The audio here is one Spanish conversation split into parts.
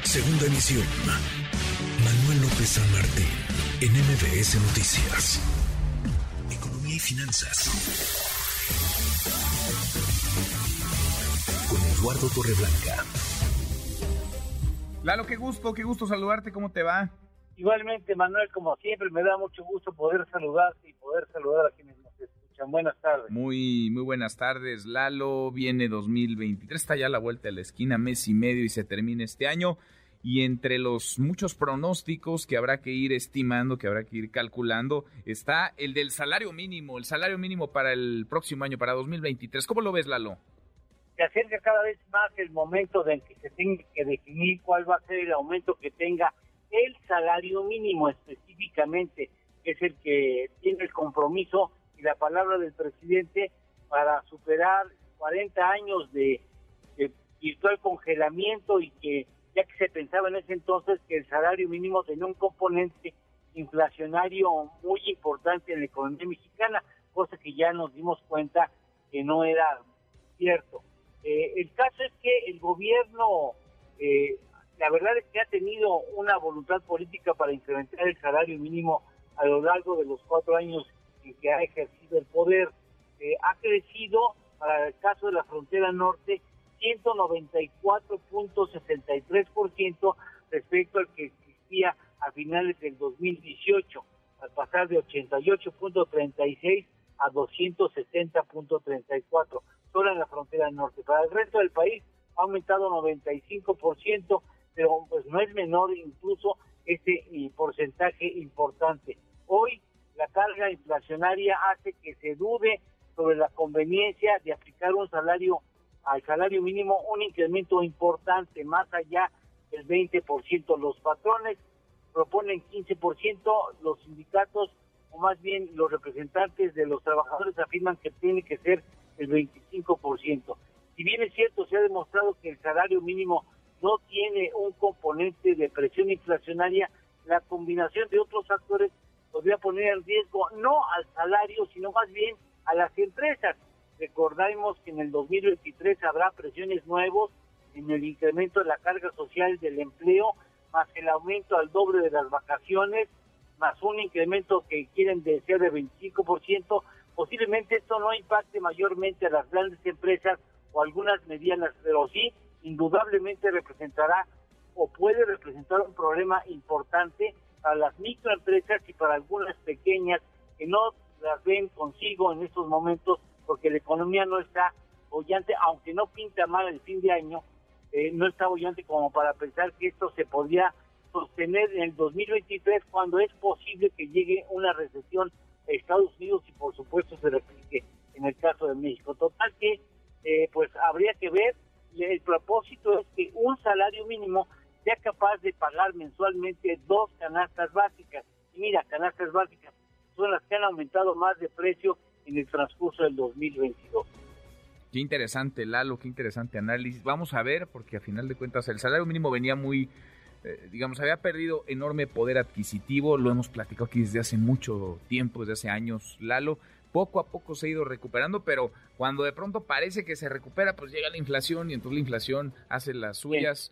Segunda emisión. Manuel López San Martín, en MBS Noticias. Economía y finanzas. Con Eduardo Torreblanca. Lalo, qué gusto saludarte, ¿cómo te va? Igualmente, Manuel, como siempre, me da mucho gusto poder saludarte y poder saludar a quienes nos escuchan. Buenas tardes. Muy buenas tardes, Lalo. Viene 2023, está ya a la vuelta de la esquina, mes y medio y se termina este año. Y entre los muchos pronósticos que habrá que ir estimando, que habrá que ir calculando, está el del salario mínimo para el próximo año, para 2023. ¿Cómo lo ves, Lalo? Se acerca cada vez más el momento en que se tenga que definir cuál va a ser el aumento que tenga el salario mínimo específicamente, que es el que tiene el compromiso y la palabra del presidente para superar 40 años de virtual congelamiento, y que ya que se pensaba en ese entonces que el salario mínimo tenía un componente inflacionario muy importante en la economía mexicana, cosa que ya nos dimos cuenta que no era cierto. El caso es que el gobierno, la verdad es que ha tenido una voluntad política para incrementar el salario mínimo a lo largo de los 4 años en que ha ejercido el poder. Ha crecido, para el caso de la frontera norte, 194.63% respecto al que existía a finales del 2018, al pasar de 88.36 a 260.34, solo en la frontera norte. Para el resto del país ha aumentado 95%, pero pues no es menor incluso este porcentaje importante. Hoy la carga inflacionaria hace que se dude sobre la conveniencia de aplicar al salario mínimo un incremento importante, más allá del 20%. Los patrones proponen 15%, los sindicatos, o más bien los representantes de los trabajadores, afirman que tiene que ser el 25%. Si bien es cierto, se ha demostrado que el salario mínimo no tiene un componente de presión inflacionaria, la combinación de otros factores podría poner en riesgo no al salario, sino más bien a las empresas. Recordemos que en el 2023 habrá presiones nuevos en el incremento de la carga social del empleo, más el aumento al doble de las vacaciones, más un incremento que quieren ser de 25%. Posiblemente esto no impacte mayormente a las grandes empresas o algunas medianas, pero sí, indudablemente representará o puede representar un problema importante para las microempresas y para algunas pequeñas que no las ven consigo en estos momentos, porque la economía no está bollante, aunque no pinta mal el fin de año, no está bollante como para pensar que esto se podría sostener en el 2023, cuando es posible que llegue una recesión a Estados Unidos y por supuesto se replique en el caso de México. Total que pues habría que ver. El propósito es que un salario mínimo sea capaz de pagar mensualmente 2 canastas básicas. Y mira, canastas básicas son las que han aumentado más de precio en el transcurso del 2022. Qué interesante, Lalo, qué interesante análisis. Vamos a ver, porque a final de cuentas el salario mínimo venía muy, había perdido enorme poder adquisitivo. Lo hemos platicado aquí desde hace mucho tiempo, desde hace años, Lalo. Poco a poco se ha ido recuperando, pero cuando de pronto parece que se recupera, pues llega la inflación y entonces la inflación hace las suyas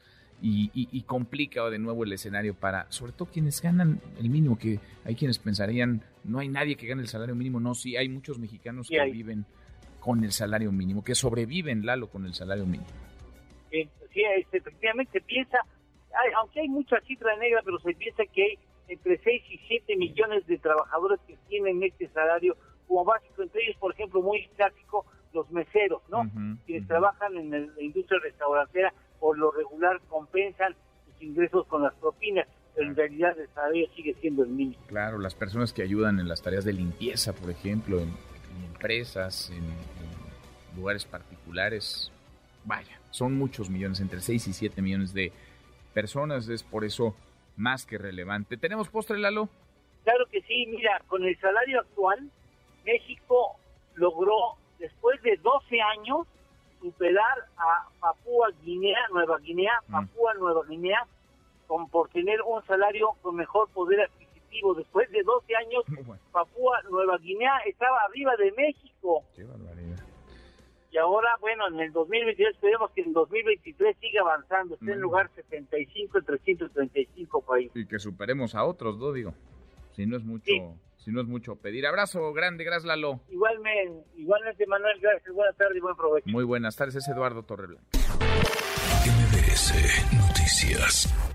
y complica de nuevo el escenario para, sobre todo, quienes ganan el mínimo, que hay quienes pensarían, no hay nadie que gane el salario mínimo. No, sí, hay muchos mexicanos que viven con el salario mínimo, que sobreviven, Lalo, con el salario mínimo. Sí, efectivamente se piensa, aunque hay mucha cifra negra, pero se piensa que hay entre 6 y 7 millones de trabajadores que tienen este salario como básico, entre ellos, por ejemplo, muy clásico, los meseros, ¿no? Quienes trabajan en la industria restaurantera, por lo regular compensan sus ingresos con las propinas, pero en realidad el salario sigue siendo el mínimo. Claro, las personas que ayudan en las tareas de limpieza, por ejemplo, en empresas, en lugares particulares, vaya, son muchos millones, entre 6 y 7 millones de personas, es por eso más que relevante. ¿Tenemos postre, Lalo? Claro que sí, mira, con el salario actual, México logró, después de 12 años, superar a Papúa Nueva Guinea, por tener un salario con mejor poder adquisitivo. Después de 12 años, Papúa Nueva Guinea estaba arriba de México. Qué barbaridad. Y ahora, bueno, en el 2022 esperemos que en 2023 siga avanzando, esté en lugar 75 entre 135 países. Y que superemos a otros, ¿no? Digo, si no es mucho, si no es mucho pedir. Abrazo grande, gracias Lalo. Igualmente Manuel, gracias, buenas tardes y buen provecho. Muy buenas tardes, es Eduardo Torreblanca. MBS Noticias.